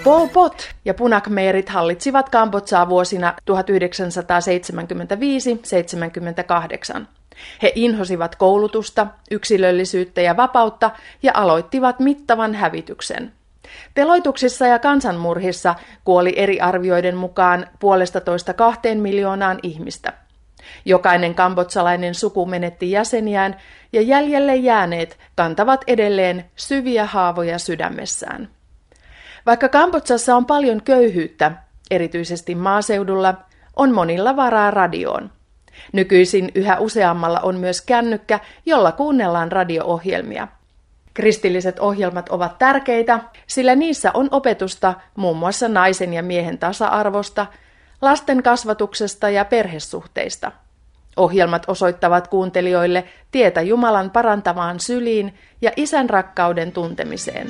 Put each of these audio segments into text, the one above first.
Pol Pot ja punakmeerit hallitsivat Kambodžaa vuosina 1975-78. He inhosivat koulutusta, yksilöllisyyttä ja vapautta ja aloittivat mittavan hävityksen. Teloituksissa ja kansanmurhissa kuoli eri arvioiden mukaan 1,5–2 miljoonaan ihmistä. Jokainen kambodžalainen suku menetti jäseniään ja jäljelle jääneet kantavat edelleen syviä haavoja sydämessään. Vaikka Kambodžassa on paljon köyhyyttä, erityisesti maaseudulla, on monilla varaa radioon. Nykyisin yhä useammalla on myös kännykkä, jolla kuunnellaan radio-ohjelmia. Kristilliset ohjelmat ovat tärkeitä, sillä niissä on opetusta muun muassa naisen ja miehen tasa-arvosta, lasten kasvatuksesta ja perhesuhteista. Ohjelmat osoittavat kuuntelijoille tietä Jumalan parantavaan syliin ja isän rakkauden tuntemiseen.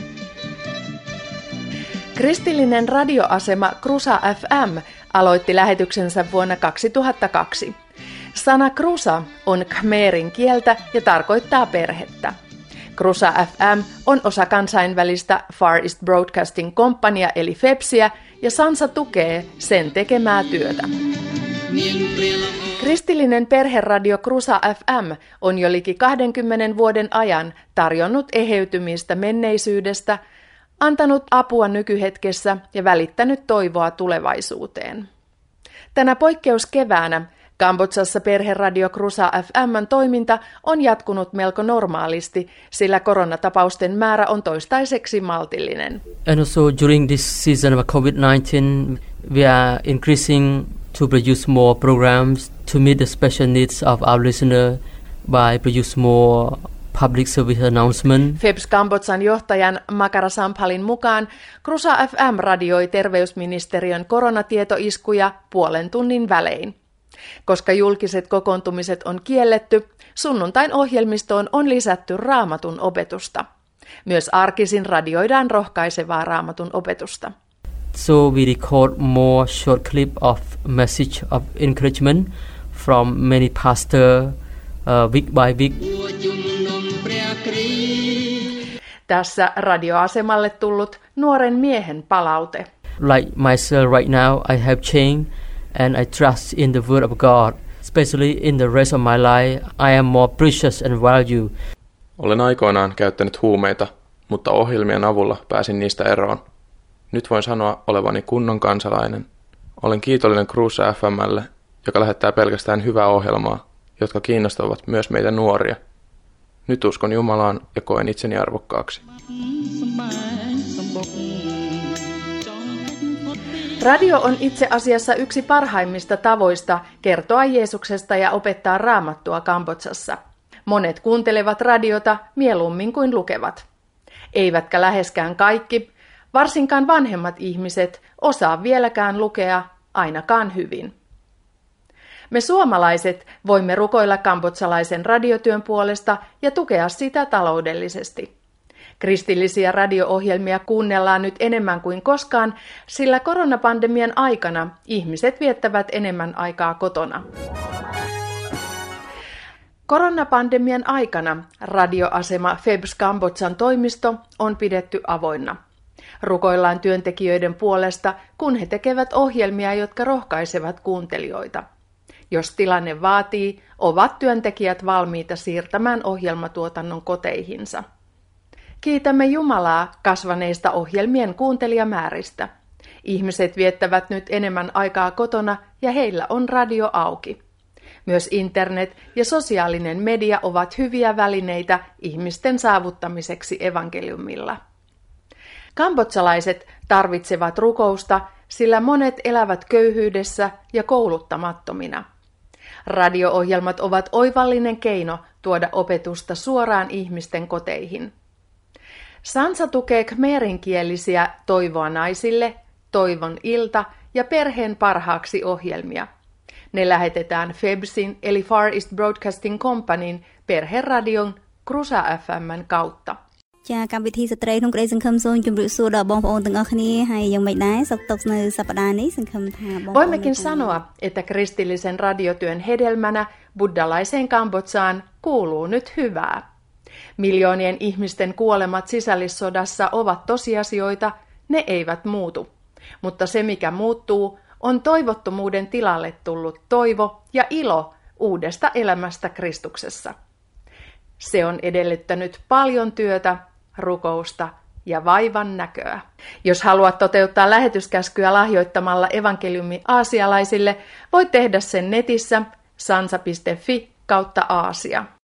Kristillinen radioasema Krusa FM aloitti lähetyksensä vuonna 2002. Sana Krusa on khmerin kieltä ja tarkoittaa perhettä. Krusa FM on osa kansainvälistä Far East Broadcasting Companyaa eli FEBSiä ja Sansa tukee sen tekemää työtä. Kristillinen perheradio Krusa FM on jo liki 20 vuoden ajan tarjonnut eheytymistä menneisyydestä, antanut apua nykyhetkessä ja välittänyt toivoa tulevaisuuteen. Tänä poikkeuskeväänä Kambodžassa perheradio Krusa FM:n toiminta on jatkunut melko normaalisti, sillä koronatapausten määrä on toistaiseksi maltillinen. And also during this season of COVID-19, we are increasing to produce more programs to meet the special needs of our listener by produce more public service announcement. FEBS Kambodžan johtajan Makara Samphalin mukaan Krusa FM radioi terveysministeriön koronatietoiskuja puolen tunnin välein. Koska julkiset kokoontumiset on kielletty, sunnuntain ohjelmistoon on lisätty raamatun opetusta. Myös arkisin radioidaan rohkaisevaa raamatun opetusta. So we record more short clip of message of encouragement from many pastors week by week. Tässä radioasemalle tullut nuoren miehen palaute. Like myself right now, I have changed and I trust in the word of God. Especially in the rest of my life, I am more precious and valued. Olen aikoinaan käyttänyt huumeita, mutta ohjelmien avulla pääsin niistä eroon. Nyt voin sanoa olevani kunnon kansalainen. Olen kiitollinen Krusa FM:lle, joka lähettää pelkästään hyvää ohjelmaa, jotka kiinnostavat myös meitä nuoria. Nyt uskon Jumalaan ja koen itseni arvokkaaksi. Radio on itse asiassa yksi parhaimmista tavoista kertoa Jeesuksesta ja opettaa raamattua Kambodžassa. Monet kuuntelevat radiota mieluummin kuin lukevat. Eivätkä läheskään kaikki, varsinkaan vanhemmat ihmiset, osaa vieläkään lukea ainakaan hyvin. Me suomalaiset voimme rukoilla kambodžalaisen radiotyön puolesta ja tukea sitä taloudellisesti. Kristillisiä radio-ohjelmia kuunnellaan nyt enemmän kuin koskaan, sillä koronapandemian aikana ihmiset viettävät enemmän aikaa kotona. Koronapandemian aikana radioasema FEBS Kambodžan toimisto on pidetty avoinna. Rukoillaan työntekijöiden puolesta, kun he tekevät ohjelmia, jotka rohkaisevat kuuntelijoita. Jos tilanne vaatii, ovat työntekijät valmiita siirtämään ohjelmatuotannon koteihinsa. Kiitämme Jumalaa kasvaneista ohjelmien kuuntelijamääristä. Ihmiset viettävät nyt enemmän aikaa kotona ja heillä on radio auki. Myös internet ja sosiaalinen media ovat hyviä välineitä ihmisten saavuttamiseksi evankeliumilla. Kambodžalaiset tarvitsevat rukousta, sillä monet elävät köyhyydessä ja kouluttamattomina. Radio-ohjelmat ovat oivallinen keino tuoda opetusta suoraan ihmisten koteihin. Sansa tukee khmeerinkielisiä Toivoa naisille, Toivon ilta ja Perheen parhaaksi ohjelmia. Ne lähetetään FEBSin eli Far East Broadcasting Companyn perheradion Krusa FM:n kautta. Voimmekin sanoa, että kristillisen radiotyön hedelmänä buddhalaiseen Kambodžaan kuuluu nyt hyvää. Miljoonien ihmisten kuolemat sisällissodassa ovat tosiasioita, ne eivät muutu. Mutta se, mikä muuttuu, on toivottomuuden tilalle tullut toivo ja ilo uudesta elämästä Kristuksessa. Se on edellyttänyt paljon työtä, rukousta ja vaivan näköä. Jos haluat toteuttaa lähetyskäskyä lahjoittamalla evankeliumi aasialaisille, voit tehdä sen netissä sansa.fi/Aasia.